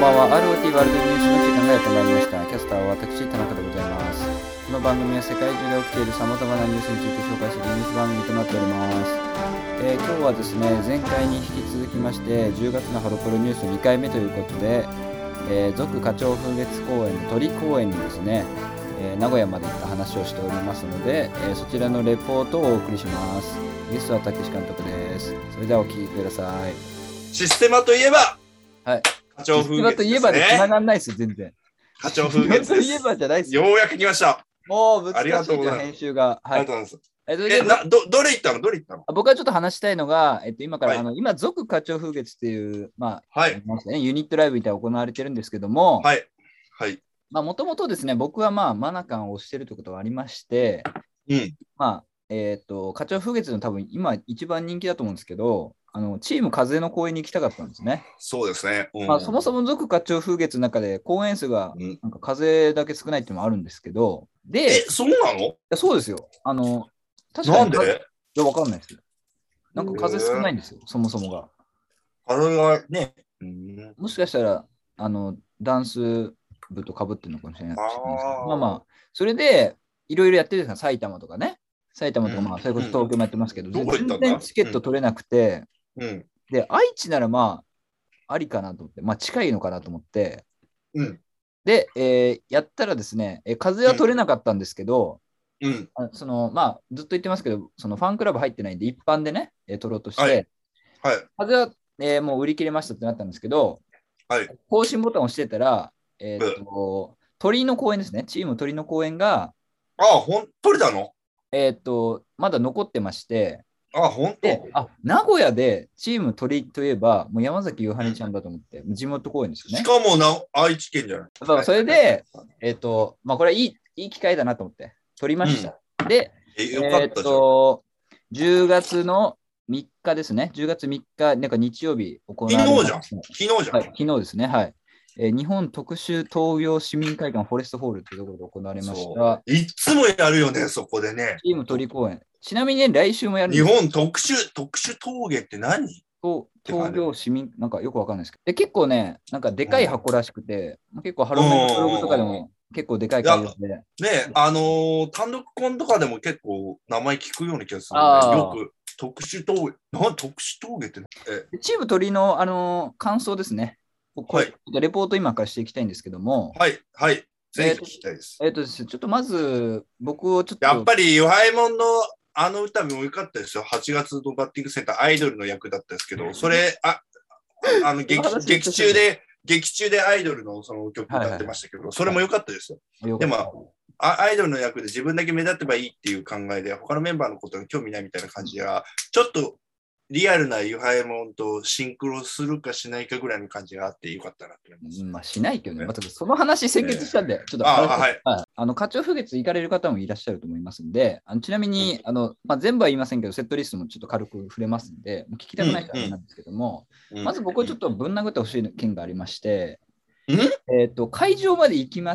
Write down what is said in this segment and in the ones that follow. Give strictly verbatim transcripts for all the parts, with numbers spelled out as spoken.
んばんは。 アールオーティー ワールドニュースの時間がやってまいりました。キャスターは私、田中でございます。この番組は世界中で起きている様々なニュースについて紹介するニュース番組となっております。えー、今日はですね、前回に引き続きましてじゅうがつのハロプロニュースにかいめということで、えー、続花鳥風月公園の鳥公園にですね、えー、名古屋まで行った話をしておりますので、えー、そちらのレポートをお送りします。ゲストはたけし監督です。それではお聞きください。 システマといえば、 はい、 花鳥風月ですね。システマといえばで繋がんないですよ、全然。 花鳥風月です。 といえばじゃないですよ。ようやく来ました。 もう難しいよ、編集が。 はい、ありがとうございます。 ええ、な、ど、どれ行ったのどれ行ったの僕はちょっと話したいのが、えっと、今から、 はい、 あの、今、続花鳥風月っていう、まあ、 はい、 ね、ユニットライブみたいなのが行われてるんですけども、 はい、はい。 まあ、もともとですね、僕はまあ、マナカンをしてるということがありまして、 うん。 まあ、えっと、花鳥風月の多分、今、一番人気だと思うんですけど、あのチーム風の公演に行きたかったんですね。 そうですね。 うん、まあ、そもそも続花鳥風月の中で公演数がなんか風だけ少ないっていうのもあるんですけど、で、 え、そうなの？いやそうですよ。あの、 確かに。なんで？ いや、わかんないですよ。なんか風少ないんですよ、そもそもが。 風がね。 もしかしたら、あの、ダンス部とかぶってるのかもしれないですけど、まあまあ、それで、いろいろやってるんですか、埼玉とかね。埼玉とか、まあ、それこそ東京もやってますけど、うん、全然チケット取れなくて、 うん、 で、愛知ならまあ、ありかなと思って、まあ、近いのかなと思って、 うん、 で、えー、やったらですね、え風は取れなかったんですけど、 うん、 あそのまあ、ずっと言ってますけど、そのファンクラブ入ってないんで、一般でね、えー、取ろうとして、 はいはい、 風は、えー、もう売り切れましたってなったんですけど、 はい、 更新ボタンを押してたら、えー、っと、鳥の公演ですね、チーム鳥の公演が、 あ、ほん鳥だの？ えー、っと、まだ残ってまして、 あ、本当？ あ、名古屋でチーム鳥といえば、もう山崎ゆはねちゃんだと思って、地元公演ですよね。 しかもな愛知県じゃない。 そう、それで、えっ、ー、と、まあ、これはいい、いい機会だなと思って、取りました。うん、で、 え、よかったじゃん。えー、 と、じゅうがつのみっかですね、じゅうがつみっか、なんか日曜日行われました。昨日じゃん。昨日じゃん。 はい、昨日ですね、はい。えー、日本特殊陶業市民会館フォレストホールというところで行われました。 いつもやるよね、そこでね。 チーム鳥公演。ちなみにね、来週もやるんです。日本特殊、特殊陶芸って何？ 陶業市民、なんかよくわかんないですけど。で、結構ね、なんかでかい箱らしくて、うん、結構ハロメのブログとかでも結構でかい会場で。 ね、あのー、単独コンとかでも結構名前聞くような気がする、ね。よく特殊陶芸。なん特殊陶芸ってえチーム鳥の、あのー、感想ですね。はい。レポート今からしていきたいんですけども。 はい、はい。ぜひ聞きたいです。 えっ、ー、と、えー、ちょっとまず、僕をちょっと。 やっぱり、ユハエモンのあの歌も良かったですよ。はちがつのバッティングセンター、アイドルの役だったんですけど、それ、あ、あの劇、劇中で、劇中でアイドルのその曲歌ってましたけど、はいはいはい、それも良かったですよ。はい、でも、アイドルの役で自分だけ目立てばいいっていう考えで、他のメンバーのことに興味ないみたいな感じが、ちょっとリアルなユハエモンとシンクロするかしないかぐらいの感じがあってよかったなと思います。 まあ、しないけどね。まあ、その話先決したんで、えー、ちょっと、 あ、はい。 あの、花鳥風月行かれる方もいらっしゃると思いますんで、あのちなみに、うん、あの、まあ、全部は言いませんけど、セットリストもちょっと軽く触れますんで、聞きたくない人はあれなんですけども、うんうん、まず僕はちょっとぶん殴ってほしい件がありまして、 うん、 えっと、会場まで行きます。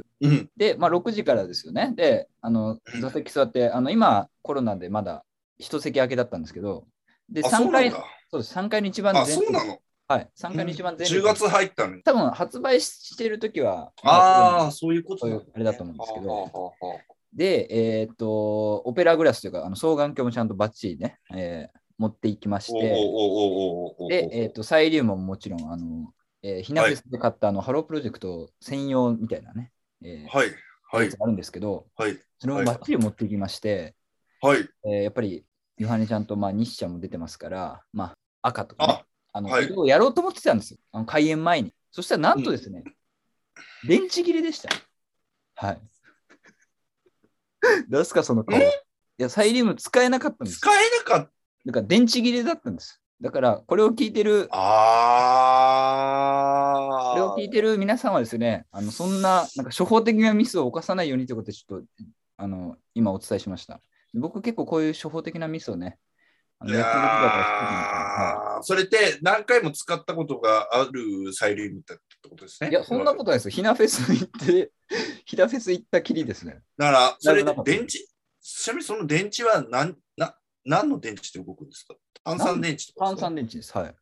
うん、 で、まあ、ろくじからですよね。で、あの、座席座って、あの、今、コロナでまだ一席空けだったんですけど、で、さんがい、そうです、さんがいに一番前。あ、そうなの？ はい、さんがいに一番前じゅうがつ入ったのに。 多分発売しているときは、 ああ、そういうことだ、あれだと思うんですけど、で、えっ、ー、と、オペラグラスというか、あの双眼鏡もちゃんとバッチリね、えー、持っていきまして、で、えっ、ー、と、サイリウムももちろん、あの、えー、ひなフェスで買ったあの、はい、ハロープロジェクト専用みたいなね、えー、 はい、はい、 やつあるんですけど、 はい、 それもバッチリ持っていきまして、 はい、 えー、やっぱり、ヨハネちゃんと、まあ、西ちゃんも出てますから、まあ、赤とか、ね、あの、はい、色をやろうと思ってたんですよ、あの開演前に。そしたら、なんとですね、うん、電池切れでした。はい。どうすか、その顔。いや、サイリウム使えなかったんです。 使えなかった。 だから電池切れだったんです。だから、これを聞いてる、 あこれを聞いてる皆さんはですね、あのそんな、なんか初歩的なミスを犯さないようにということで、ちょっと、あの、今お伝えしました。僕結構こういう初歩的なミスをね、 あのやってるから、はい、それって何回も使ったことがあるサイリウムだってことですね。 いや、そんなことないですよ。ひなフェス行って、ひなフェス行ったきりですね。 だから、それで電池、ちなみにその電池は何、な何の電池で動くんですか？炭酸電池とか。 炭酸電池です。はい。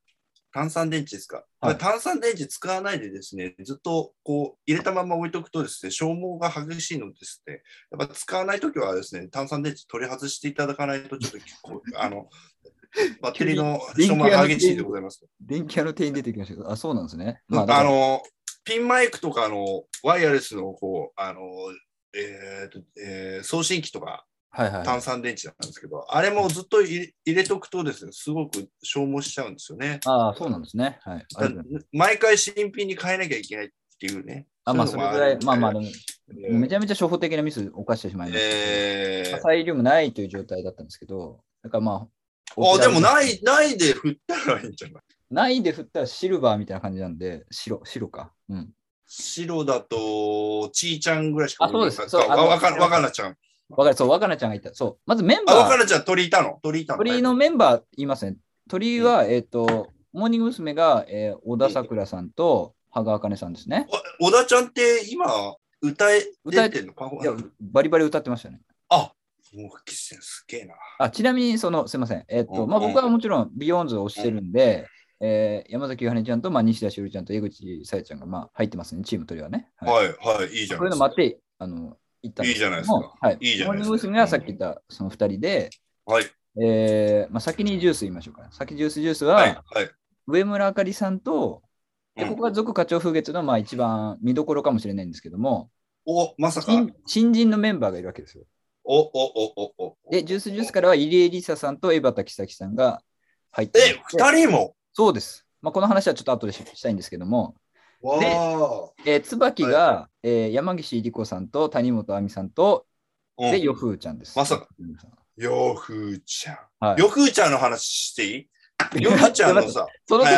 炭酸電池ですか。 はい炭酸電池使わないでですね、ずっとこう入れたまま置いとくとですね、消耗が激しいのですね、やっぱ使わないときはですね、炭酸電池取り外していただかないと、ちょっと結構、あの、バッテリーの消耗が激しいでございます。 電気屋の店員出てきましたけど、あ、そうなんですね。 まあ、あの、ピンマイクとかのワイヤレスのこう、あの、えーとえー、送信機とか、 はいはいはい、 炭酸電池なんですけど、あれもずっと入れとくとですね、すごく消耗しちゃうんですよね。 ああ、そうなんですね。はい。 毎回新品に変えなきゃいけないっていうね。 あ、まあ、それぐらい、まあまあ、でも、えー、めちゃめちゃ初歩的なミスを犯してしまいました。えー、火災量もないという状態だったんですけど、だからまあ、あでもない、ないで振ったらいいんじゃない？ ないで振ったらシルバーみたいな感じなんで、白、白か。うん。 白だと、ちーちゃんぐらいしか。 あ、そうです。 そう、わか、わかなちゃん。 わかる、そう、若菜ちゃんがいた。そう。まずメンバー。 あ、若菜ちゃん、鳥いたの鳥いたの鳥のメンバー言いますね。鳥は、うん、えっ、ー、と、モーニング娘。が、えー、小田さくらさんと羽賀茜さんですね。 小田ちゃんって今、歌え、歌えてんの？ いや、バリバリ歌ってましたね。 あ、もうキスすげえな。 あ、ちなみに、その、すみません。えっ、ー、と、まあ、僕はもちろん、ビヨーンズを推してるんで、うん、えー、山崎ゆはねちゃんと、まあ、西田しおりちゃんと江口さやちゃんが、まあ、入ってますね、チーム鳥はね。 はい、はい、はい、いいじゃないですか。 こういうのもあって、あの、行ったんですけども、 いいじゃないですか。 はい。 いいじゃないですか。 モーニング娘。がさっき言ったそのふたりで、 はい。 えーまあ、先にジュース言いましょうか。先ジュースジュースは、 はいはい、 上村あかりさんと、でここが続課長風月のまあ一番見どころかもしれないんですけども、 お、まさか。 新、新人のメンバーがいるわけですよ。 お、お、お、お、お。 で、ジュースジュースからは入江梨沙さんと江端紀咲さんが入ってえ、ふたりも？ そうです。まあ、この話はちょっと後で し, したいんですけども、 わで、えー、椿が、はい、えー、山岸理子さんと谷本亜美さんと、うん、で、よふうちゃんです。 まさか。よふうちゃん。はい、よふうちゃんの話していい？よふうちゃんのさ。 その時、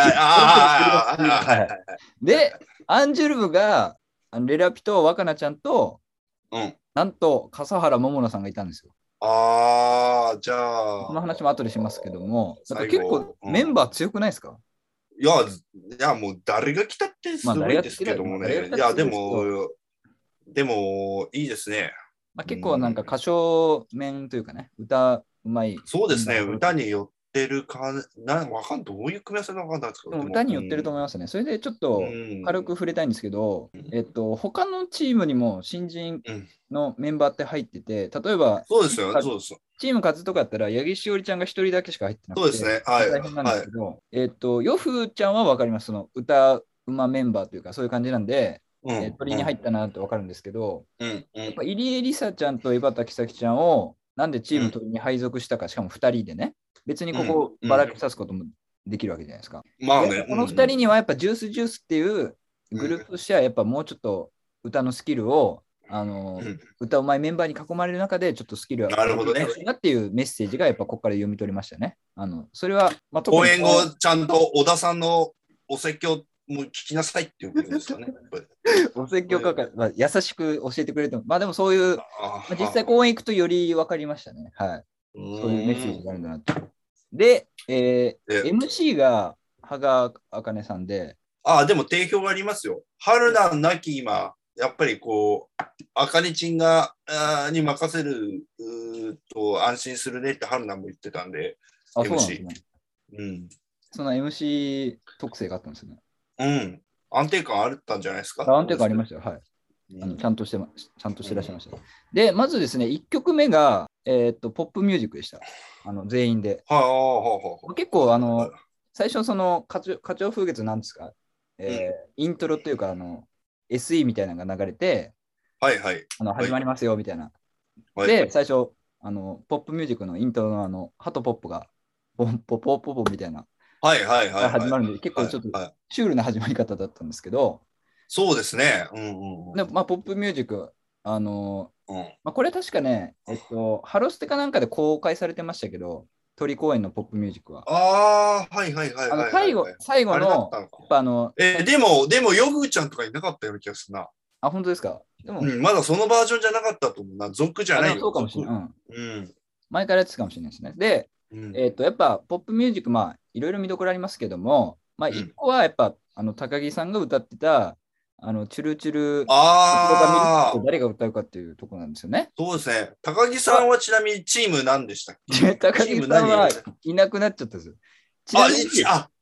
で、アンジュルムが、レラピと若菜ちゃんと、うん、なんと、笠原桃奈さんがいたんですよ。 ああ、じゃあ。 この話も後でしますけども、なんか結構メンバー強くないですか？うんいや、いや、もう誰が来たってすごいですけどもね。まあ、いや、でも、でも、いいですね。 まあ、結構なんか歌唱面というかね、歌うまい。 そうですね、歌によってるか、なんわかんどういう組み合わせなのかんないですけど。 でも歌によってると思いますね。それでちょっと軽く触れたいんですけど、えっと、他のチームにも新人のメンバーって入ってて、例えば、 そうですよ、そうですよ。 チーム数とかやったら、八木しおりちゃんが一人だけしか入ってなくて、 そうですね。はい。 大変なんですけど、はい、えっ、ー、と、よふちゃんは分かります。その歌うまメンバーというか、そういう感じなんで、うんえー、鳥に入ったなって分かるんですけど、うんうん、やっぱ入江梨沙ちゃんと江端紀咲ちゃんを、なんでチーム鳥に配属したか、しかもふたりでね、別にここばらけさすこともできるわけじゃないですか。 まあね。 このふたりにはやっぱジュースジュースっていうグループとしては、やっぱもうちょっと歌のスキルを、あの、うん、歌うまいメンバーに囲まれる中でちょっとスキルがなるほどねなっていうメッセージがやっぱここから読み取りましたね。あのそれは、 まあ、講演後ちゃんと小田さんのお説教も聞きなさいっていうことですよね。 お説教かか、まあ、優しく教えてくれても、まあでもそういう、まあ、実際講演行くとより分かりましたね。はい。そういうメッセージがあるんだなって。で、えー、エムシー が羽賀茜さんで。 ああ、でも定評がありますよ。春なんなき今。やっぱりこう、あかねちんがに任せると安心するねって春菜も言ってたんで、 あ、そうなんですね。 うん。 その エムシー 特性があったんですね。 うん。安定感あったんじゃないですか。 安定感ありましたよ。はい。あのちゃんとしてま、ちゃんとしてらっしゃいました。うん、で、まずですね、いっきょくめが、えー、っとポップミュージックでした。あの全員で。 はあはあはあ、 結構、あの、最初、その花鳥、花鳥風月なんですか、えーうん、イントロというか、あの、エスイー みたいなのが流れて、 はいはい。 あの始まりますよみたいな。 はい、 で、最初あの、ポップミュージックのイントロのあの、ハトポップが、ポンポポポポみたいな、 はいはいはい、はい。 始まるんで、結構ちょっとシュールな始まり方だったんですけど、 そうですね。うんうんうん、 でまあ、ポップミュージック、あの、 うんまあ、これ確かね、えっと、ハロステかなんかで公開されてましたけど、鳥公演のポップミュージックは。 ああ、はいはいはいはい、はい。 最後、最後の、ああのえー、でも、でも、ヨグちゃんとかいなかったような気がするな。 あ、本当ですか。でも、 うん、まだそのバージョンじゃなかったと思うな。族じゃないよ。 そうかもしれない。 うん。うん、 前からやってたかもしれないですね。で、うん、えっと、やっぱ、ポップミュージック、まあ、いろいろ見どころありますけども、まあ、一個はやっぱ、うん、あの、高木さんが歌ってた、あの、チュルチュル、 あ誰が歌うかっていうところなんですよね。 そうですね。高木さんはちなみにチーム何でしたっけ？ 高木さんはいなくなっちゃったんですよ。ちなみにあ、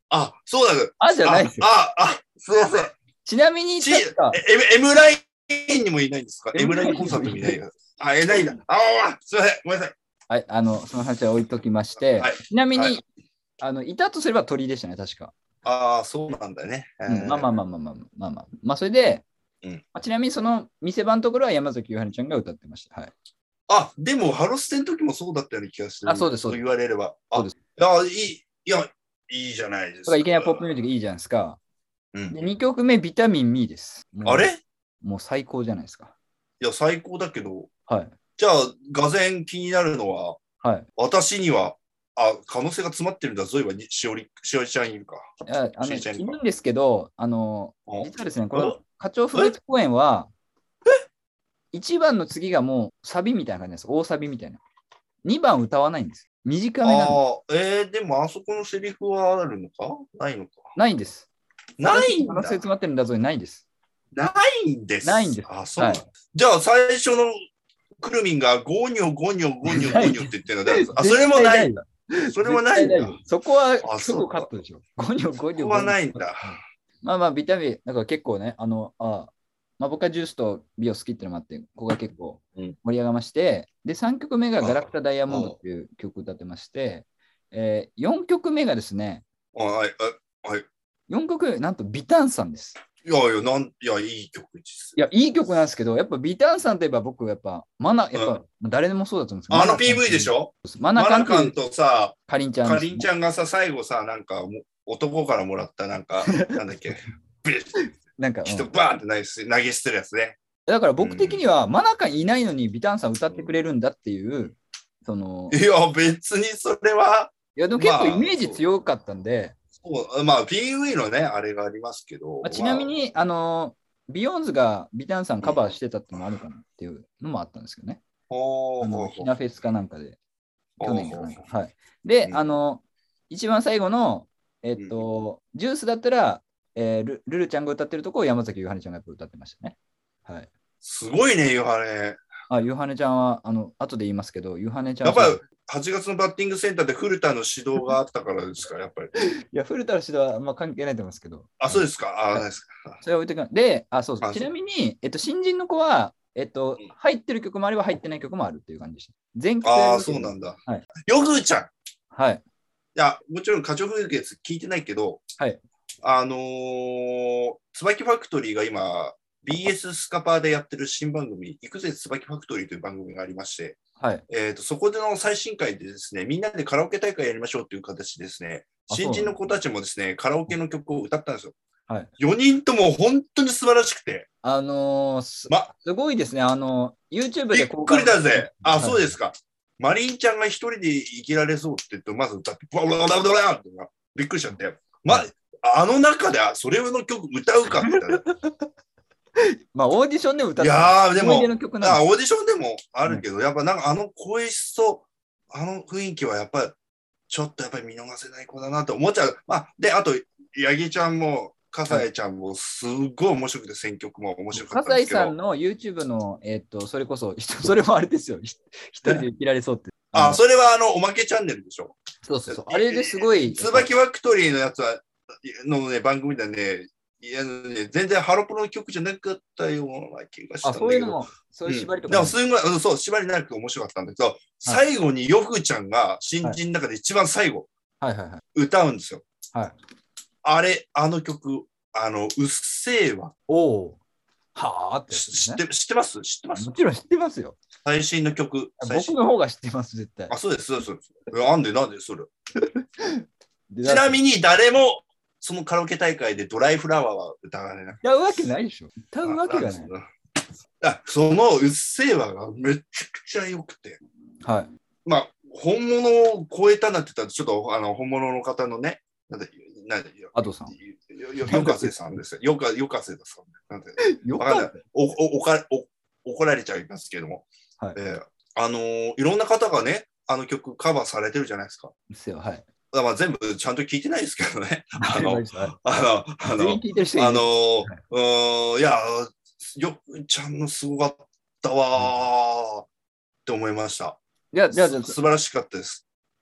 あ、そうだね。 あじゃないですよ。 あ、あ、あ、すいません。 ちなみに、 ち、M、M ラインにもいないんですか？ M ラインコンサートもいないよ。あ、いないんだ。ああ、すいません。ごめんなさい。 はい、あの、その話は置いときまして、 はい、 ちなみに、 はい、 あの、いたとすれば鳥でしたね、確か。 ああ、そうなんだね。 うん、まあまあまあまあまあまあまあ。まあ、それで、 うんまあ、ちなみにその店番のところは山崎ゆはりちゃんが歌ってました。はい。 あ、でも、ハロステの時もそうだったような気がする。 あ、そうです、そうとです。 言われれば。あ、 そうです。 いや、いい、いや、いいじゃないですか。 だからいきなりポップミュージックいいじゃないですか。 うん、 で、にきょくめ、ビタミンミーです。 あれもう最高じゃないですか。 いや、最高だけど、 はい。 じゃあ、がぜ気になるのは、 はい。 私には、あ、可能性が詰まってるんだぞ、今、しおり、しおりちゃんいるか。 いやあのいしおりちゃんいるか。 るんですけど、あの、 あ実はですね、こえの花鳥風月公演は、いちばんの次がもうサビみたいな感じです。大サビみたいな。にばん歌わないんです。短めなんです。 ああ、えー、でもあそこのセリフはあるのかないのかないんです。 ないんだ。 可能性詰まってるんだぞ、ないです。 ないんです。 ないんです。 あ、そう、 はい。 じゃあ、最初のくるみんがゴニョゴニョゴニョゴニョって言ってるので、あ、それもない。それもないんだ。 そこは、 あ、 そこカットでしょ。ゴニョゴニョ。 そこはないんだ。 まあまあ、ビタミン、なんか結構ね、あの、あまあ、僕はジュースと美を好きっていうのもあって、ここが結構盛り上がまして、うん、で、さんきょくめがガラクタダイヤモンドっていう曲を歌ってまして、えー、よんきょくめがですね、 はい、はい。 よんきょくめ、なんとビタンさんです。 いやいや、なん、いや、いい曲です。 いや、いい曲なんですけど、やっぱビタンさんといえば僕、やっぱ、マナ、やっぱ、うん、誰でもそうだと思うんですけど、 あの ピーブイ でしょ？ マナカンとさ、 かりんちゃん、 ね、かりんちゃんがさ、最後さ、なんか、男からもらった、なんか、なんだっけ、なんか、人バーンって投げ捨てるやつね。 だから僕的には、うん、マナカンいないのにビタンさん歌ってくれるんだっていう、うん、その。 いや、別にそれは。 いや、でも結構イメージ強かったんで。 まあ、そうまあ、ピーブイ のね、あれがありますけど。 まあ、ちなみに、まあ、あの、ビヨーンズがビタンさんカバーしてたってのもあるかなっていうのもあったんですけどね。 うん、 あのひなフェスかなんかで、去年かなんか。はい。で、うん、あの、一番最後の、えっと、うん、ジュースだったら、えー、ル, ルルちゃんが歌ってるとこを山崎ゆはねちゃんがやっぱ歌ってましたね。はい。 すごいね、ゆはね。 あ、ゆはねちゃんは、あの、後で言いますけど、ゆはねちゃんは。やっぱりはちがつのバッティングセンターで古田の指導があったからですか、やっぱり。 いや、古田の指導はあんま関係ないと思いますけど。 あ、そうですか。あ、 はい、ですか。それは置いてくる。で、あ、そうそう。ちなみに、えっと、新人の子は、えっと、うん、入ってる曲もあれば入ってない曲もあるっていう感じでした。全曲ああ、そうなんだ。 はい。 よぐーちゃん。 はい。いや、もちろん、花鳥風月聞いてないけど、 はい。 あのー、椿ファクトリーが今、ビーエス スカパーでやってる新番組、行くぜ椿ファクトリーという番組がありまして、 はいえーと、そこでの最新回でですね、みんなでカラオケ大会やりましょうという形でですね、新人の子たちもですね、カラオケの曲を歌ったんですよ。 はい、 よにんとも本当に素晴らしくて。 あのー、す、ま、すごいですね。あの、YouTube で公開。びっくりだぜ。あ、はい、そうですか。マリンちゃんが一人で生きられそうって言って、まず歌って、ブラブラブラブラってびっくりしちゃって。ま、はい、あの中でそれの曲歌うかって言ったら。 まあ、オーディションでも歌っていやー、でも、 あ、オーディションでもあるけど、うん、やっぱなんかあの声質、あの雰囲気はやっぱり、ちょっとやっぱり見逃せない子だなと思っちゃう。まあ、で、あと、八木ちゃんも、笠井ちゃんも、すごい面白くて、選曲も面白かったんですけど。 笠井さんの YouTube の、えー、っと、それこそ、それもあれですよ。一人で生きられそうって。 あ、それはあの、おまけチャンネルでしょ。 そうそうそう。あれですごい。 椿ファクトリーのやつは、のね、番組でね、いやね、全然ハロプロの曲じゃなかったような気がしたんだけど。あ、そういうのも、 そういう縛りとか、 うん。でも、すごい、うん、そう、縛りなく面白かったんだけど、はい、最後にヨフちゃんが新人の中で一番最後、 はいはいはい、 歌うんですよ。 はい。 あれ、あの曲、あの、うっせぇわ。 おお。はあって、 ね、知って、知ってます知ってますもちろん知ってますよ。 最新の曲。 僕の方が知ってます、絶対。 あ、そうです、そうです。そうですなんで、なんで、それ。ちなみに、誰も、そのカラオケ大会でドライフラワーは歌われない。 歌うわけないでしょ。歌うわけがない。 あ、そのうっせぇわがめちゃくちゃ良くて。 はい。 まあ、本物を超えたなって言ったら、ちょっとあの本物の方のね、なんで、なんで、 アドさん。 よかせさんですよ。よか、よかせださん。なんで、 よかおおおかお怒られちゃいますけども。 はい。 えー、あのー、いろんな方がね、あの曲カバーされてるじゃないですか。 ですよ、はい。 まあ全部ちゃんと聞いてないですけどね。 あの、あの、 あの、あの、うん、いや、よくちゃんのすごかったわーって思いました。 いや、じゃあ、じゃあ、 素晴らしかったです。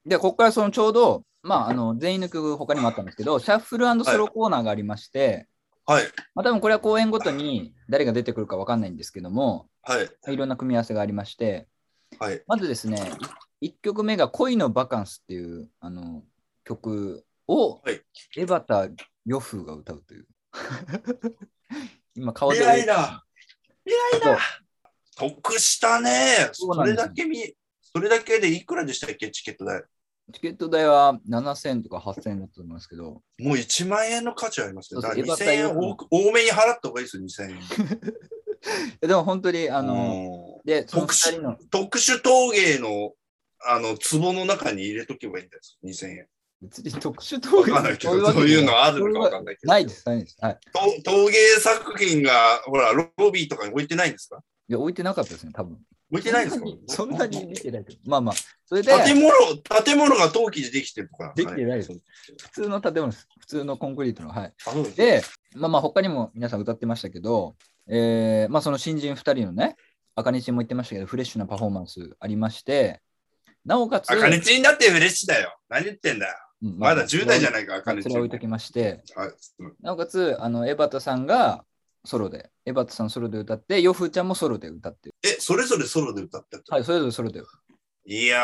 で、ここからそのちょうど、まあ、あの全員の曲他にもあったんですけど、シャッフル&ソロコーナーがありまして、 はい。 まあ、多分これは公演ごとに誰が出てくるか分かんないんですけども、 はい。 いろんな組み合わせがありまして、 はい。 まずですね、いっきょくめが恋のバカンスっていうあの曲を、 はい、 江端予風が歌うという。今顔で。 未来だ未来だ得したね。それだけ見、それだけでいくらでしたっけ、チケット代。 チケット代はななせんとかはっせんえんだと思いますけど。 もういちまん円の価値ありますね。 そうそう、 だからにせんえん多めに払った方がいいですよ、にせんえん。 でも本当に、あの、で、 特殊、特殊陶芸の、あの、壺の中に入れとけばいいんです、にせんえん。 別に特殊陶芸わかんないけど、そういうのあるのかわかんないけど。 ないです、ないです。はい。 陶芸作品が、ほら、ロビーとかに置いてないんですか？ いや、置いてなかったですね、多分。 置いてないんですか？ そんなに見てないけど。まあまあ、それで。 建物、建物が陶器でできてるとか。 できてないです。普通の建物です。普通のコンクリートの。はい。で、まあまあ、他にも皆さん歌ってましたけど、えー、まあその新人ふたりのね、あかねちんも言ってましたけど、フレッシュなパフォーマンスありまして、なおかつ。 あかねちんだってフレッシュだよ。何言ってんだよ。うん、まだじゅう代じゃないか、あかねちん。 それは置いときまして、 はいうん、 なおかつ、あの、江端さんがソロで、江端さんソロで歌って、ヨフちゃんもソロで歌って。 え、それぞれソロで歌ってはい、それぞれソロで。 いや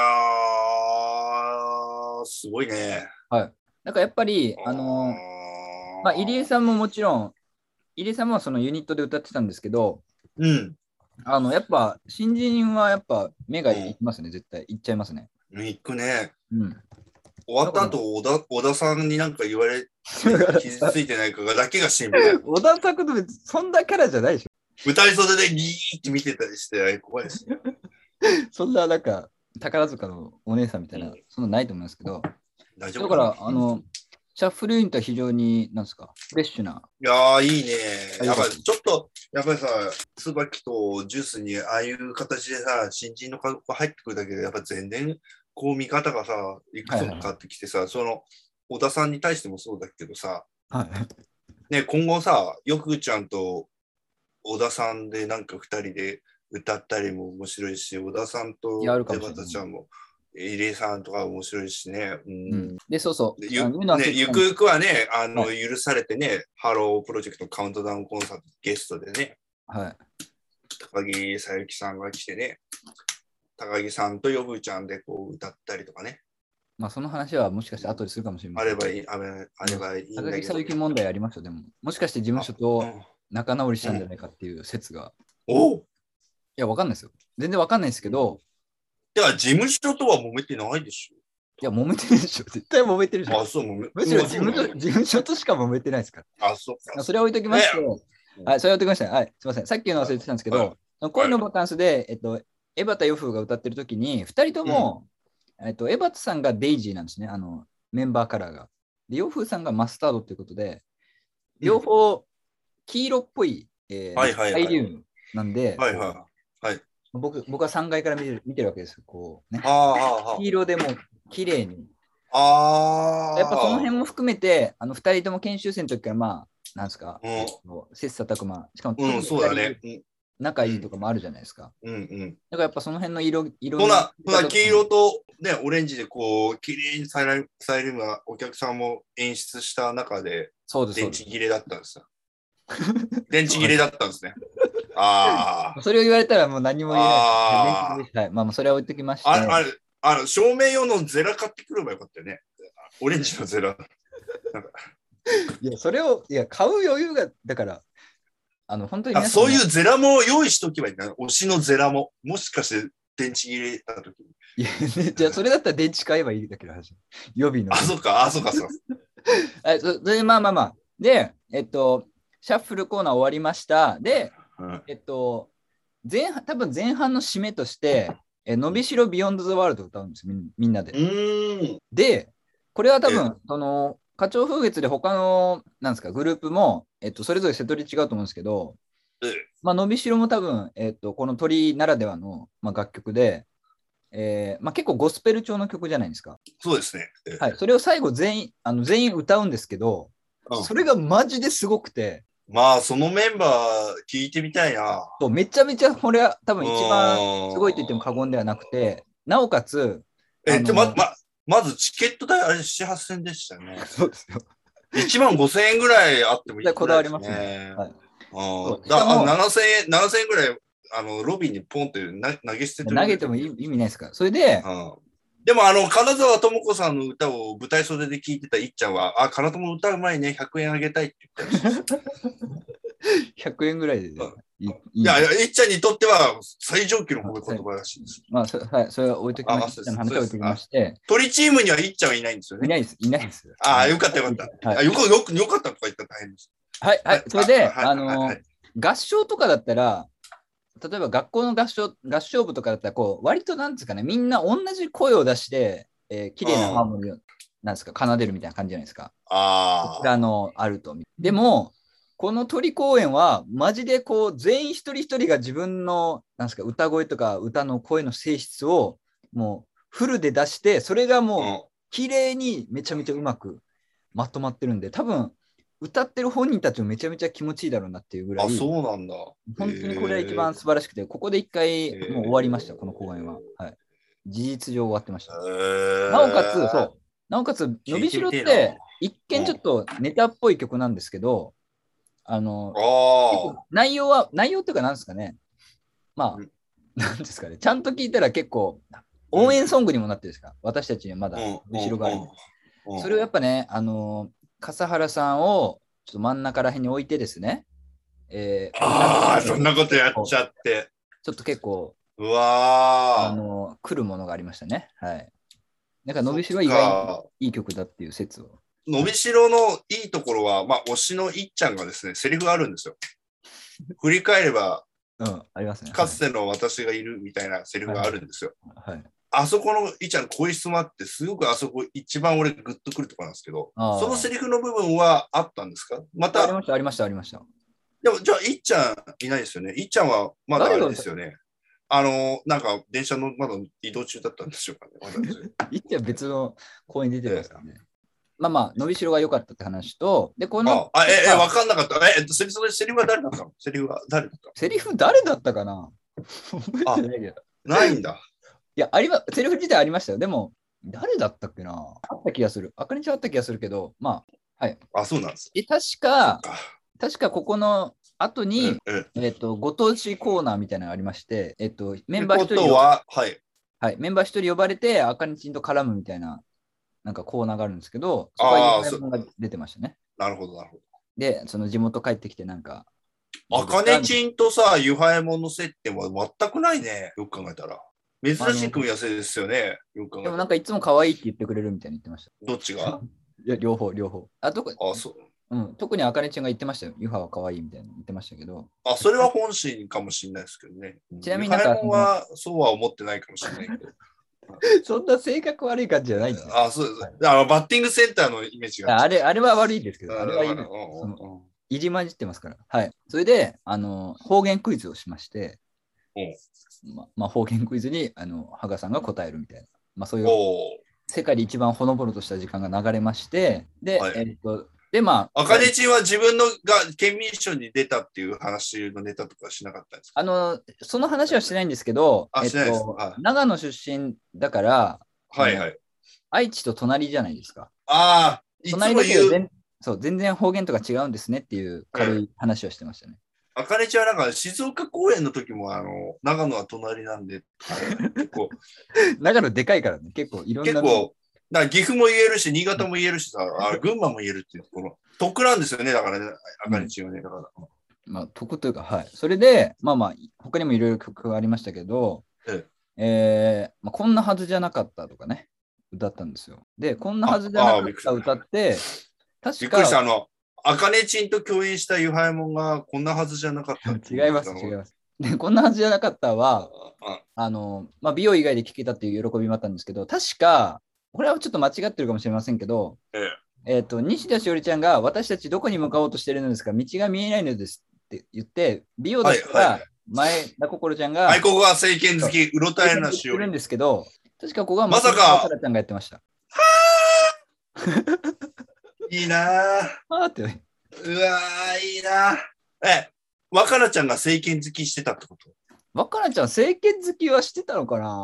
ー、すごいね。 はい。なんかやっぱり、あのー、まあ、入江さんももちろん、入江さんもそのユニットで歌ってたんですけど、 うん。 あの、やっぱ、新人はやっぱ目がいきますね、うん、絶対。いっちゃいますね。 いくね。 うん。 終わった後、小田、小田さんになんか言われ、傷ついてないかがだけが心配。 小田さんと別にそんなキャラじゃないでしょ。 舞台袖でギーって見てたりして、怖いです。 そんななんか、宝塚のお姉さんみたいな、うん、そんなないと思いますけど。 大丈夫だから、あの、シャッフルユニットは非常に、なんですか、フレッシュな。 いやー、いいね。やっぱりちょっと、やっぱりさ、椿とジュースにああいう形でさ、新人の子が入ってくるだけで、やっぱ全然、こう見方がさ、いくつも変わってきてさ、はいはいはい、その、小田さんに対してもそうだけどさ、 はい、 ね、今後さ、よくちゃんと小田さんでなんかふたりで歌ったりも面白いし、小田さんと江端ちゃんも、入江さんとか面白いしね。うんうん、で、そうそう。 で ゆ, ね、ゆくゆくはね、あの、はい、許されてね、ハロープロジェクトカウントダウンコンサートゲストでね、 はい、 高木さゆきさんが来てね、高木さんとヨブちゃんでこう歌ったりとかね。 まあ、その話はもしかして後でするかもしれません。 あればいい、あれあればいいんだけど。 高木さゆき問題ありました、でも。もしかして事務所と仲直りしたんじゃないかっていう説が。 うん、おいや、わかんないですよ。全然わかんないですけど。 いや、事務所とは揉めてないでしょ。 いや、揉めてるでしょ。絶対揉めてるじゃん。 あ、そう、揉めむしろ事務所、事務所としか揉めてないですから。 あ、そうか。 それは置いときまして、はい、それは置いときました。はい、すみません。さっきの忘れてたんですけど、はい、恋のバカンスで、えっと、江端予風が歌ってるときに、ふたりとも、うん、えっと、江端さんがデイジーなんですね、あの、メンバーカラーが。で、予風さんがマスタードということで、両方黄色っぽい、えー、 はいはいはい、 サイリウムなんで、 はいはいはい、 僕, 僕はさんがいから見てる見てるわけですよ。こうね、 あ黄色でも綺麗に。 あやっぱその辺も含めて、あのふたりとも研修生の時から、まあ、なんですか、 うん、 切磋琢磨、しかも、 うん、そうだね。 仲いいとかもあるじゃないですか。 うんうん。 だからやっぱその辺の色、色そんな、そんな黄色と、ね、オレンジでこう、綺麗にサイサイリウムがお客さんも演出した中で、 そうです電池切れだったんですよ。電池切れだったんですね。ああ。 それを言われたらもう何も言えない。あはい、まあ、それは置いときまして。 あれ、あれ、あの照明用のゼラ買ってくればよかったよね。オレンジのゼラ。なんかいや、それを、いや、買う余裕が、だから、あの、本当にあそういうゼラも用意しとけばいいんだ。推しのゼラも。もしかして電池切れたときに。 いや、ね、じゃあそれだったら電池買えばいいだけの話。予備の。 あ、そうか、あ、そうか、そうか。 それまあまあまあ。で、えっと、シャッフルコーナー終わりました。で、うん、えっと、前半、多分前半の締めとして、えのびしろビヨンド・ザ・ワールドを歌うんですみ、みんなで。 うんで、これは多分、その、花鳥風月で他の、なんですか、グループも、えっと、それぞれ瀬取り違うと思うんですけど、まあ、のびしろも多分、えっと、この鳥ならではの、まあ、楽曲で、えーまあ、結構ゴスペル調の曲じゃないですか。 そうですね。 はい、それを最後全員、あの全員歌うんですけど、うん、それがマジですごくて。 まあ、そのメンバー聞いてみたいな。 そうめちゃめちゃこれは多分一番すごいと言っても過言ではなくて、なおかつ、 え、ちょ、ま、ま、 まずチケット代あれなな、はっせんでしたよね。 そうですよ。 いちまんごせんえんぐらいあってもいい、 こだわりますね。はい。 うん、だあななせんえん、ななせんえんぐらいあのロビーにポンってな投げ捨てて投げても意味ないですから。それで、 うん、でもあの金沢智子さんの歌を舞台袖で聴いてたいっちゃんは、あ、金友歌う前にね、ひゃくえんあげたいって言ったらしいです。 ひゃくえんぐらいで、ね、 いいいや、いっちゃんにとっては最上級の褒め言葉らしいです。 まあ、そはい、それは置いときまして、話は置いときまして。 鳥チームにはいっちゃんはいないんですよね。 いないです、いないです。 ああ、よかったよかった。はい、あよくよくよかったとか言ったら大変です。 はい、はい、それで、あの、合唱とかだったら、例えば学校の合唱合唱部とかだったら、こう、割となんですかね、みんな同じ声を出して、えー、綺麗なハーモニーを、なんですか、奏でるみたいな感じじゃないですか。 ああの、あると。でも、この鳥公演は、マジでこう、全員一人一人が自分の、なんですか、歌声とか歌の声の性質を、もう、フルで出して、それがもう、綺麗にめちゃめちゃうまくまとまってるんで、多分、歌ってる本人たちもめちゃめちゃ気持ちいいだろうなっていうぐらい、 あ、そうなんだ。 本当にこれは一番素晴らしくて、ここで一回もう終わりました、この公演は。はい、事実上終わってました。なおかつ、そう、なおかつ、のびしろって、一見ちょっとネタっぽい曲なんですけど、あの、内容は、内容っていうか何ですかね、まあ、何ですかね、ちゃんと聞いたら結構、応援ソングにもなってるんですか、私たちにはまだ後ろがあるんで。それをやっぱね、あの、笠原さんをちょっと真ん中ら辺に置いてですね、えー、ああ、そんなことやっちゃって。 ちょっと結構、 うわあの、来るものがありましたね。はい。なんか、のびしろは意外にいい曲だっていう説を。 のびしろのいいところは、まあ、推しのいっちゃんがですね、セリフがあるんですよ。振り返れば、 うん、ありますね。 かつての私がいるみたいなセリフがあるんですよ。 はい。はい、 あそこのいっちゃん声質もあって、すごくあそこ一番俺グッとくるところなんですけど、そのセリフの部分はあったんですか？また。 ありました、ありました、ありました。 でも、じゃあ、いっちゃんいないですよね。いっちゃんはまだあれですよね。あの、なんか、電車のまだ移動中だったんでしょうかね。 いっちゃん別の公演出てますからね。えー、まあまあ、のびしろが良かったって話と、で、この。 あ、え、え、わかんなかった。え、セリフは誰だったの？セリフは誰だったの？ セリフ誰だったかな？覚えてないけど。 ないんだ。 いや、ありま、セリフ自体ありましたよ。でも、誰だったっけな？あった気がする。あかねちゃんあった気がするけど、まあ、はい。 あ、そうなんです。 え、確か、確かここの後に、えええっと、ご当地コーナーみたいなのがありまして、えっと、メンバー一人は、はい。 はい、メンバー一人呼ばれて、あかねちんと絡むみたいな、なんかコーナーがあるんですけど、そこは有名が出てましたね。 なるほど、なるほど。 で、その地元帰ってきて、なんか、 あかねちんとさ、ゆはえもんの接点は全くないね、よく考えたら。珍しい組み合わせですよね。よく考えたら。 でもなんかいつも可愛いって言ってくれるみたいに言ってました。 どっちが？ いや、両方、両方。あ、とあ、そう。 うん、特にあかねちゃんが言ってましたよ。ゆはは可愛いみたいな言ってましたけど。 あ、それは本心かもしれないですけどね。 ちなみになんか。 ゆはえもんはそうは思ってないかもしれないけど。 そんな性格悪い感じじゃないんですよ。 あ、そうです。はい、あのバッティングセンターのイメージが。 あれ、あれは悪いですけど、あれはいい。入り混じってますから。はい。それで、あの、方言クイズをしまして、ままあ、方言クイズに、あの、羽賀さんが答えるみたいな。まあ、そういう、世界で一番ほのぼのとした時間が流れまして、で、はい、えっと、で、まあ、あかねちんは自分のが県民賞に出たっていう話のネタとかしなかったんですか？ あの、その話はしてないんですけど、 あ、えっと、 はい、長野出身だから、 はいはい。 愛知と隣じゃないですか。 ああ、いつも言う。 そう、全然方言とか違うんですねっていう軽い話をしてましたね。 あかねちゃんはなんか静岡公演の時もあの長野は隣なんで結構長野でかいからね、結構いろんな。 結構だ岐阜も言えるし新潟も言えるしさ、あ群馬も言えるっていうところ得なんですよね、だからね、あかねちゃんはね、だから。 まあ得というか、はい。それでまあまあ他にもいろいろ曲がありましたけど、えええーまあ、こんなはずじゃなかったとかね歌ったんですよ。でこんなはずじゃなかった歌って確かびっくりした。あのあかねちんと共演したゆはえもんがこんなはずじゃなかった。 違います、違います。で、こんなはずじゃなかったは、あの、まあ、美容以外で聞けたっていう喜びもあったんですけど、確か、これはちょっと間違ってるかもしれませんけど、えええー、と西田しおりちゃんが私たちどこに向かおうとしているのですか、道が見えないのですって言って、美容だったら前田心ちゃんが、 はい、ここは政権好き、うろたえなしおり。 るんですけど、確かここはまさか、 さかちゃんがやってました。 はぁいいなぁ。 はぁって。 うわー、いいな。え、若菜ちゃんが政権好きしてたってこと？ 若菜ちゃん政権好きはしてたのかな？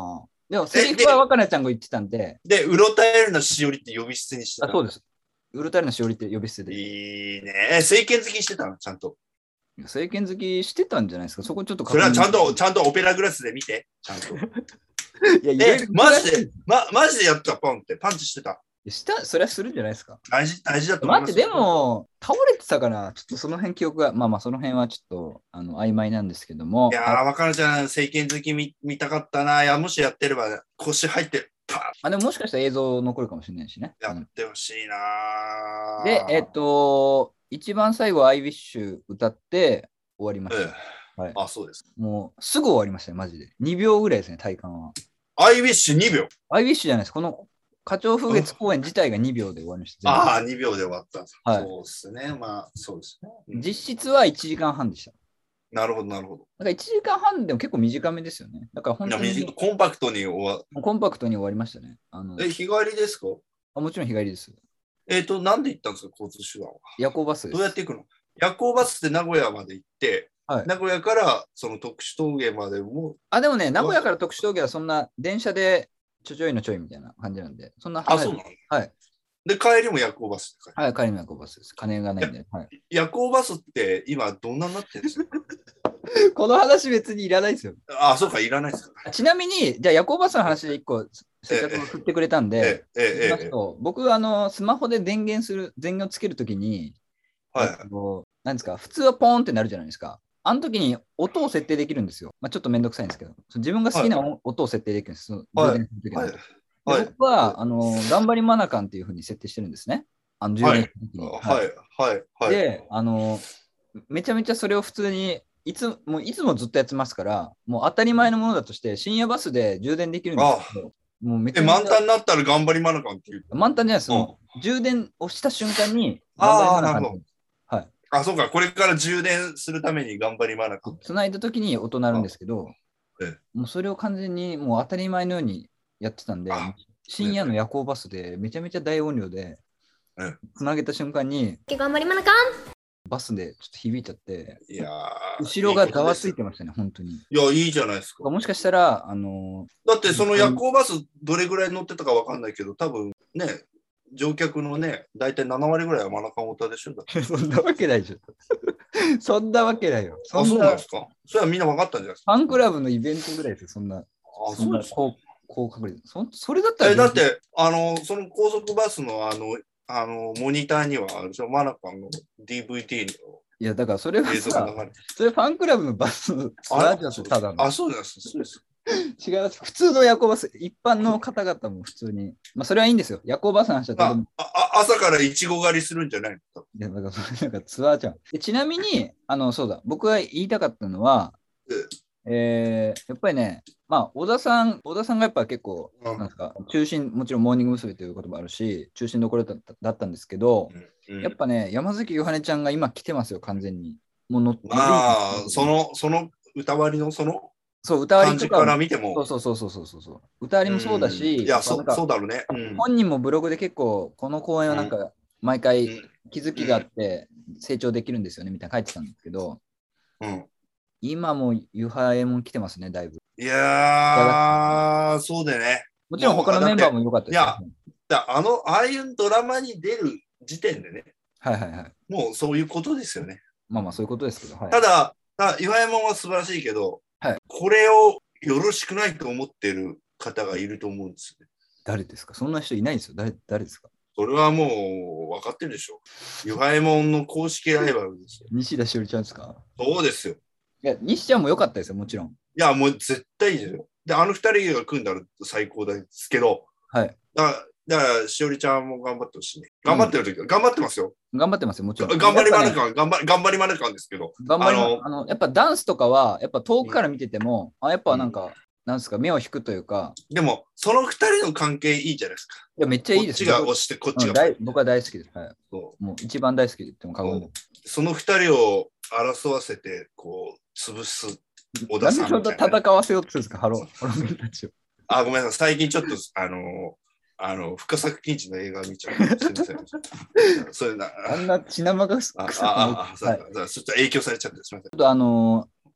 でも、セリフは若菜ちゃんが言ってたんで。 で、うろたえるなしおりって呼び捨てにしてた。 あ、そうです。うろたえるなしおりって呼び捨てで。 いいね。政権好きしてたのちゃんと。 政権好きしてたんじゃないですか。そこちょっとそれはちゃんと、ちゃんとオペラグラスで見て。ちゃんと。 いや、 え、マジで、ま、マジでやったポンって、パンチしてた。 した、それはするんじゃないですか。 大事、大事だと思います。 待って、でも、倒れてたかな、ちょっとその辺記憶が、まあまあ、その辺はちょっとあの曖昧なんですけども。 いやー、若菜ちゃん、政権好き 見, 見たかったな。いや、もしやってれば、腰入って、パーあ、でももしかしたら映像残るかもしれないしね。 やってほしいな。 で、えっと、一番最後、I Wish 歌って終わりました。ええはい、あ、そうです。 もう、すぐ終わりましたよ、マジで。にびょうぐらいですね、体感は。 I Wishにびょう ?I Wish じゃないです。この花鳥風月公演自体がにびょうで終わりました。 ああ、にびょうで終わった。 はい、 そうですね。まあ、そうですね。 うん、実質はいちじかんはんでした。 なるほど、なるほど。 だからいちじかんはんでも結構短めですよね。だから本当にコンパクトに終わコンパクトに終わりましたね。あのえ、日帰りですか？ あもちろん日帰りです。 えっ、ー、と、なんで行ったんですか、交通手段は。 夜行バスです。 どうやって行くの？夜行バスで名古屋まで行って、はい、名古屋からその特殊峠までも。 あ、でもね、名古屋から特殊峠はそんな電車でちょちょいのちょいみたいな感じなんで、そんな。 あ、そうなの？ はい。 で、帰りも夜行バスはい、帰りも夜行バスです。金がないんで。はい、 夜行バスって今どんなになってるんですか？ この話別にいらないですよ。 あ、そうか、いらないですか。 ちなみに、じゃあ夜行バスの話で一個、せっかく振ってくれたんで、 ええええええ、 僕、あの、スマホで電源する、電源をつけるときに、 はい、 なんですか、普通はポーンってなるじゃないですか。あの時に音を設定できるんですよ。まあ、ちょっとめんどくさいんですけど、自分が好きな音を設定できるんです。 はい、 充電する時に、はいはい、僕は、あの、頑張りマナカンっていう風に設定してるんですね。あの充電する時に。 はい、はい、はい、はい。 で、あの、めちゃめちゃそれを普通に、いつもいつもずっとやってますから、もう当たり前のものだとして、深夜バスで充電できるんですけど、もうめちゃめちゃ満タンになったら頑張りマナカンっていう。 満タンじゃないです。うん、充電をした瞬間に、 ああ、なるほど。 はい。 あ、そうか、これから充電するために頑張りマナカン。 つないだときに音鳴るんですけど、 ええ、 もうそれを完全にもう当たり前のようにやってたんで、深夜の夜行バスでめちゃめちゃ大音量で、つなげた瞬間に、 頑張りマナカンバスでちょっと響いちゃって、 いや後ろがざわついてましたね、本当に。 いや、いいじゃないですか。 もしかしたら、あのー、だってその夜行バスどれぐらい乗ってたかわかんないけど、多分ね、乗客のね、大体ななわりぐらいはマナカンオタでしょ。 そんなわけないでしょ。そんなわけないよ。 そんなあ、そうなんですか？それはみんな分かったんじゃないですか？ ファンクラブのイベントぐらいですよ、そんな。 あ、そうですか。 高確率。そそれだったら。 え、だって、あの、その高速バスのあの、あの、モニターには、あれマナカンの ディーブイディー の。 いや、だからそれはさ、それファンクラブのバスのツアーじゃん、ただの。 あ、そうです。そうです。 違います。普通の夜行バス、一般の方々も普通に。まあ、それはいいんですよ。夜行バスの話だと。 ああ、朝からいちご狩りするんじゃないの？ いや、だからそれなんかツアーじゃん。でちなみに、あの、そうだ、僕が言いたかったのは、えー、やっぱりね、まあ、小田さん、小田さんがやっぱ結構、うん、なんですか、中心、もちろんモーニング娘。ということもあるし、中心どころだった、だったんですけど、うんうん、やっぱね、山崎ゆはねちゃんが今来てますよ、完全に。もうのああ、その、その歌割りのそのそう歌割りとかから見ても。 そうそうそうそうそうそう。歌割りもそうだし、 いや、そそうだろうね、 うん。本人もブログで結構、この公演はなんか、毎回気づきがあって成長できるんですよね、みたいな書いてたんですけど、 うん、 今もゆはえもん来てますね、だいぶ。 いやー、そうだよね。 もちろん他のメンバーも良かったです。 いや、あの、ああいうドラマに出る時点でね、 はいはいはい。 もうそういうことですよね。 まあまあそういうことですけど。はい、 ただ、岩山は素晴らしいけど、 はい、 これをよろしくないと思ってる方がいると思うんですよね。 誰ですか？そんな人いないんですよ。誰、誰ですか？ それはもう分かってるでしょ。ゆはえもんの公式ライバルですよ。 西田しおりちゃんですか？ そうですよ。 いや、西ちゃんも良かったですよ、もちろん。いや、もう絶対いいですよ。で、あの二人が組んだら最高ですけど、 はい。 だから、だからしおりちゃんも頑張ってほしいね。頑張ってる時、うん、頑張ってますよ。 頑張ってますよ、もちろん。 頑張りまるか、ね、頑張り、頑張りまるかんですけど。 頑張りまるあの、やっぱダンスとかは、やっぱ遠くから見てても、うん、あ、やっぱなんか、うん、なんですか、目を引くというか。 でも、その二人の関係いいじゃないですか。 いや、めっちゃいいですよ。こっちが押して、こっちが、 うん。僕は大好きです。はい。そうもう一番大好きで言っても過言で。 その二人を争わせて、こう、潰す小田さんみたいな。 なんでちょっと戦わせようって言うんですか、ハロー、ハローたちを。 あ、ごめんなさい。最近ちょっと、あのー、あの、深作金次の映画見ちゃう。すみません。そういうな。 あんな血生がすああ、あ、はい、ちょっと影響されちゃって、すみません。 ちょっとあの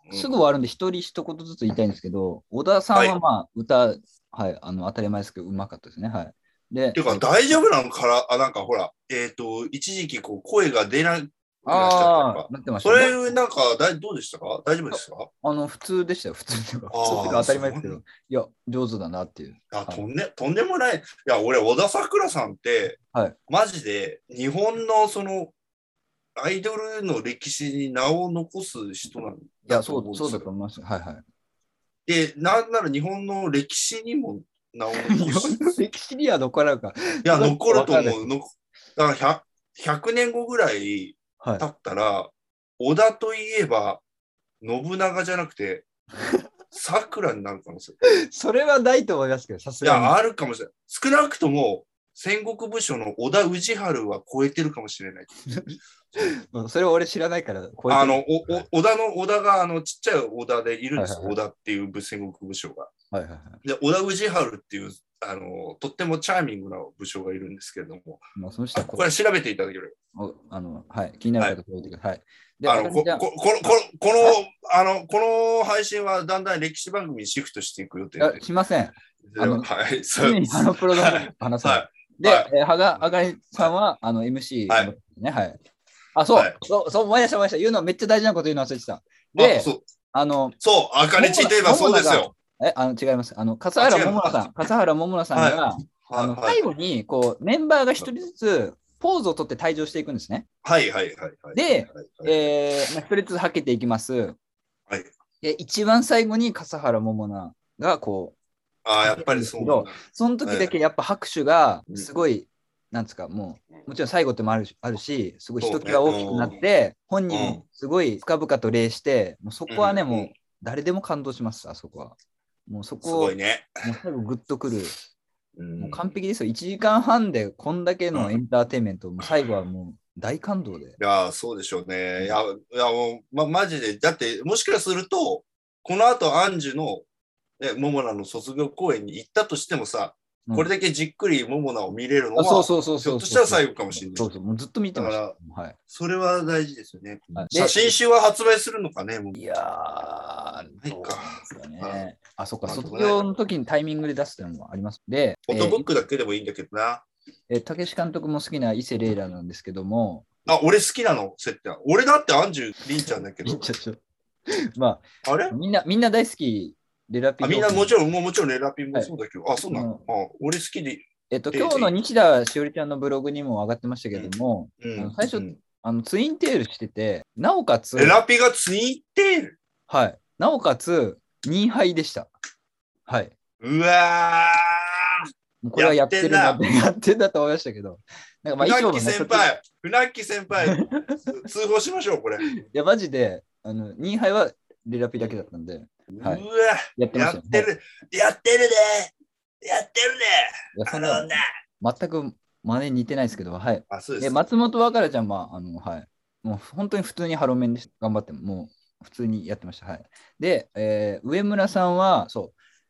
すぐ終わるんで、一人一言ずつ言いたいんですけど、小田さんはまあ、歌、はい、あの当たり前ですけど、うまかったですね。はい。で、 ていうか、大丈夫なのから、あ、なんかほら、えっ、ー、と、一時期こう声が出なくなっちゃったとか、 なってましたね。 それ、なんかだい、どうでしたか？大丈夫ですか？ あの、普通でしたよ、普通っていうか、普通っていうか当たり前ですけど、いや、上手だなっていう。 あ、とんで、とんでもない。いや、俺、小田さくらさんって、 はい、 マジで、日本のその、アイドルの歴史に名を残す人なんだと思うんですよ。 いや、そう、そうだと思います。はいはい。 で、なんなら日本の歴史にも名を日残す。 本の歴史には残らんか。 いや、残ると思う。のだから 100, ひゃくねんごぐらい経ったら、はい、織田といえば、信長じゃなくて、桜になる可能性。 それはないと思いますけど、さすがに。 いや、あるかもしれない。少なくとも、戦国武将の織田氏治は超えてるかもしれない。 それは俺知らないから。 あの、おお織田の、織田が、あの、ちっちゃい織田でいるんですよ。はいはいはい、織田っていう戦国武将が。 はいはいはい、 で、織田氏治っていう、あの、とってもチャーミングな武将がいるんですけれども、まあ、その人はこれ調べていただける。 あの、はい、気になる方は、はい。 で、あの、こ、こ、この、この、あの、この配信はだんだん歴史番組にシフトしていく予定で。 しません。 あの、はい。 常にあのプログラム話す。はい。で、はい、えー、はが、あかりさんは、あの、エムシー、はい、ね、はい。あ、そう、はい、そう、そう、思い出した、思い出した。言うのめっちゃ大事なこと言うの忘れてた。で、あ, あの、 そう、あかりちといえばそうですよ。 え、あの、違います。あの、笠原桃奈さん、笠原桃奈さんが、はい、あの、最後に、こう、メンバーが一人ずつ、ポーズを取って退場していくんですね。 はいはいはい、はい。 で、えー、まあ、一人ずつはけていきます。はい。で、一番最後に笠原桃奈が、こう、 ああ、やっぱりそうなんだ。 その時だけやっぱ拍手がすごい、はい、なんですか、もう、もちろん最後ってもあるし、あるしすごいひときわ大きくなって、本人もすごい深々と礼して、もうそこはね、もう誰でも感動します、あそこは。もうそこ、 すごいね。 もう最後グッとくる。もう完璧ですよ。いちじかんはんでこんだけのエンターテインメント、もう最後はもう大感動で。いや、そうでしょうね。いや、いやもう、ま、マジで、だって、もしかすると、この後、アンジュの、ね、モモナの卒業公演に行ったとしてもさ、うん、これだけじっくりモモナを見れるのは、ひょっとしたら最後かもしれない。 そうそう、もうずっと見てました。 だから、はい、それは大事ですよね。はい、写真集は発売するのかね、もう。 いやー、ないか。ね、あ、そっか、卒業の時にタイミングで出すっていうのもあります。で、 フォトブックだけでもいいんだけどな。 えー、たけし監督も好きな伊勢レイラなんですけども。 あ、俺好きなの、設定。俺だってアンジュリンちゃんだけど。 まあ、 あれみんな、みんな大好き。レラピあみんなもちろん、もうもちろんレラピもそうだけど、はい、あ、そうなの、うん、あ俺好きで。 えっと、今日の西田しおりちゃんのブログにも上がってましたけども、うん、あの最初、うん、あのツインテールしてて、なおかつ、 レラピがツインテールはい。なおかつ、にはいでした。はい。 うわー。これはやってるなって、やってんだと思いましたけど。 なんかまあ、船木先輩、船木先輩、通報しましょう、これ。 いや、マジで、あの、にはいはレラピだけだったんで。 はい、うわやってました、ね、やってる、やってるねやってるねあのね全く真似似てないですけど、はい。 あ、そうです。 で、松本若菜ちゃんは、あの、はい。もう本当に普通にハロメンで頑張って、もう普通にやってました。はい。で、えー、上村さんは、そう、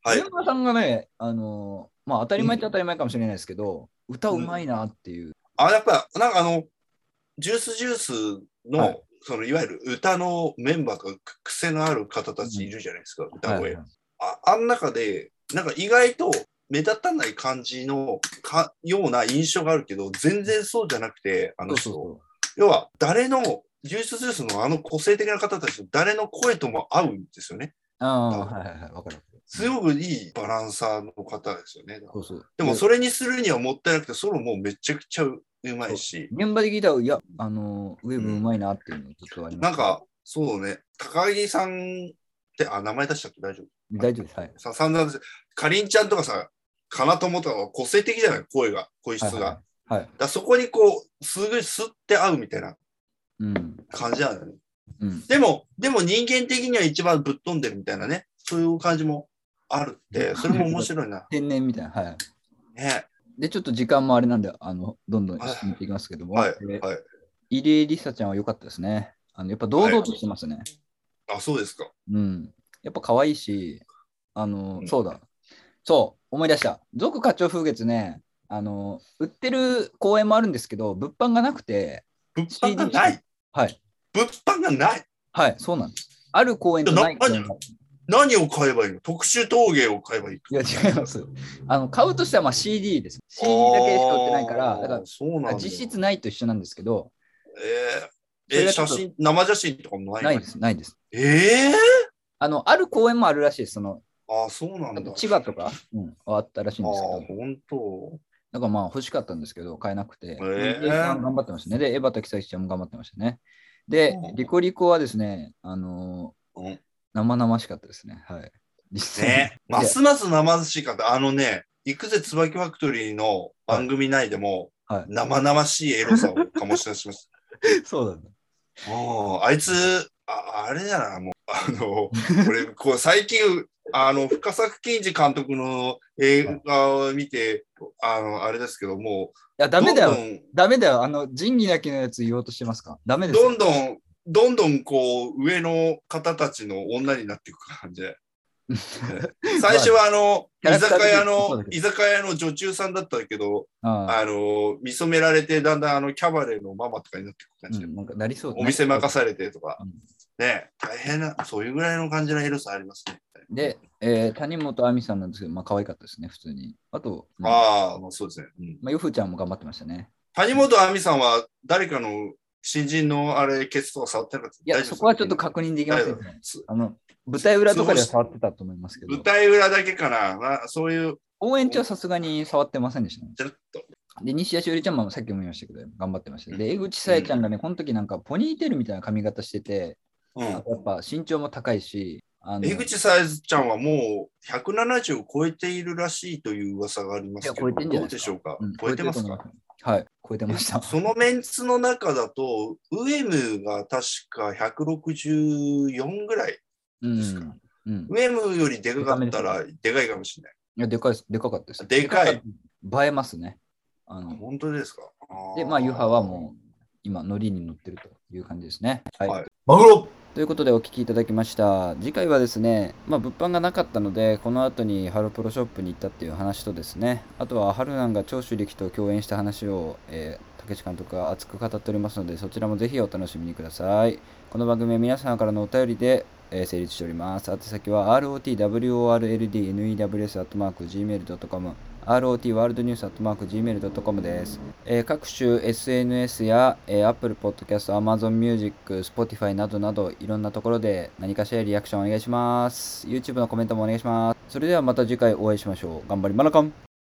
はい、上村さんがね、あのー、まあ当たり前って当たり前かもしれないですけど、うん、歌うまいなっていう。 あ、やっぱ、なんかあの、ジュースジュースの、はい、そのいわゆる歌のメンバーとか癖のある方たちいるじゃないですか、うん、歌声、はいはい。あ。あん中で、なんか意外と目立たない感じのかような印象があるけど、全然そうじゃなくて、あの人。そうそうそう、要は、誰の、ジュースジュースのあの個性的な方たちの誰の声とも合うんですよね。 ああ、はいはいはい、わかる。 すごくいいバランサーの方ですよね。そうそう、でもそれにするにはもったいなくて、ソロもめちゃくちゃうまいし。 現場で聞いたら、いや、あの、ウェブうまいなっていうのがずっとあります、 うん。なんか、そうね、高木さんって、あ、名前出しちゃって大丈夫？ 大丈夫です。はい。 さ、さんなんです。かりんちゃんとかさ、かなともとか個性的じゃない、声が、声質が。はいはいはい、だそこにこう、すぐすって合うみたいな感じなんだね。うん、でも、でも人間的には一番ぶっ飛んでるみたいなね、そういう感じもあるって、それも面白いな。 天然みたいな。はい。 ね。 で、ちょっと時間もあれなんで、あの、どんどん進めていきますけども、はいはい、入江梨沙ちゃんは良かったですね。あのやっぱ堂々としてますね。 はい、あ、そうですか。 うん。やっぱ可愛いし、あの、うん、そうだ。そう、思い出した。続花鳥風月ね、あの、売ってる公演もあるんですけど、物販がなくて。 物販がない？ はい。 物販がない？ はい、そうなんです。 ある公園とない公園が。 何を買えばいいの？特殊陶芸を買えばいい？ いや、違います。あの買うとしたらまあ シーディー です。シーディー だけしか売ってないから、だからそうなん実質ないと一緒なんですけど。 えー、えー、写真、生写真とかもないの？ ないです、ないです。 えー、 あの、ある公園もあるらしいです。そのあ、そうなんだ。 千葉とか、うん、はあったらしいんですけど。 あ、本当。 だからまあ欲しかったんですけど、買えなくて。 えー、 頑張ってましたね。で、江端久志ちゃんも頑張ってましたね。で、リコリコはですね、あのーうん、生々しかったですね。はい。 ね、ますます生々しかった。あのね、行くぜ椿ファクトリーの番組内でも、はいはい、生々しいエロさを醸し出します。 そうなんだ。 あいつ、あ、あれだな、もう、あの、俺、こう最近、あの、深作欣二監督の映画を見て、あの、あれですけども、 いや、ダメだよ。ダメだよ。あの、仁義なきのやつ言おうとしてますか？ダメですよ。どんどん、どんどん、こう、上の方たちの女になっていく感じで。最初はあの、居酒屋の、居酒屋の女中さんだったけど、あの、見初められて、だんだんあの、キャバレーのママとかになっていく感じで。 うん、なんかなりそう、ね、 お店任されてとか。うん、ね、大変な、そういうぐらいの感じのエロさありますね。 で、えー、谷本亜美さんなんですけど、まあ、可愛かったですね、普通に。あと、 まあ、ああ、まあ、そうですね。 うん、まあ、ヨフちゃんも頑張ってましたね。 谷本亜美さんは誰かの新人のあれ、ケツとか触ってなかった？ いや、そこはちょっと確認できませんね。あの、舞台裏とかでは触ってたと思いますけど。 舞台裏だけかな、まあ、そういう。 応援中はさすがに触ってませんでしたね。ちょっと。で、西谷しおりちゃんもさっきも言いましたけど、頑張ってました。で、江口さえちゃんがね、うん、この時なんかポニーテールみたいな髪型してて、うん、やっぱ身長も高いし、 あの江口さえちゃんはもうひゃくななじゅうを超えているらしいという噂がありますけど、どうでしょうか？うん、超えてますか？ はい、超えてました。 そのメンツの中だと、ウエムが確かひゃくろくじゅうよんぐらいですか。うんうん、ウエムよりでかかったらでかいかもしれない。 いや、でかいです。でかかったです。 でかい。映えますね。 あの本当ですか？ で、まあ、ユハはもう今、ノリに乗ってるという感じですね。はい。はい、 マグロということでお聞きいただきました。次回はですね、まあ、物販がなかったので、この後にハロプロショップに行ったっていう話とですね、あとはハルナンが長州力と共演した話を、えー、竹内監督が熱く語っておりますので、そちらもぜひお楽しみにください。この番組は皆さんからのお便りで、えー、成立しております。宛先は アールオーティーダブリューオーアールエルディーエヌイーダブリューエスアットマークジーメールドットコムアールオーティー ワールドニュースアットマーク ジーメールドットコム です、えー、各種 エスエヌエス や、えー、Apple Podcast、Amazon Music、Spotify などなどいろんなところで何かしらリアクションお願いします。 YouTube のコメントもお願いします。それではまた次回お会いしましょう。頑張りマラカン。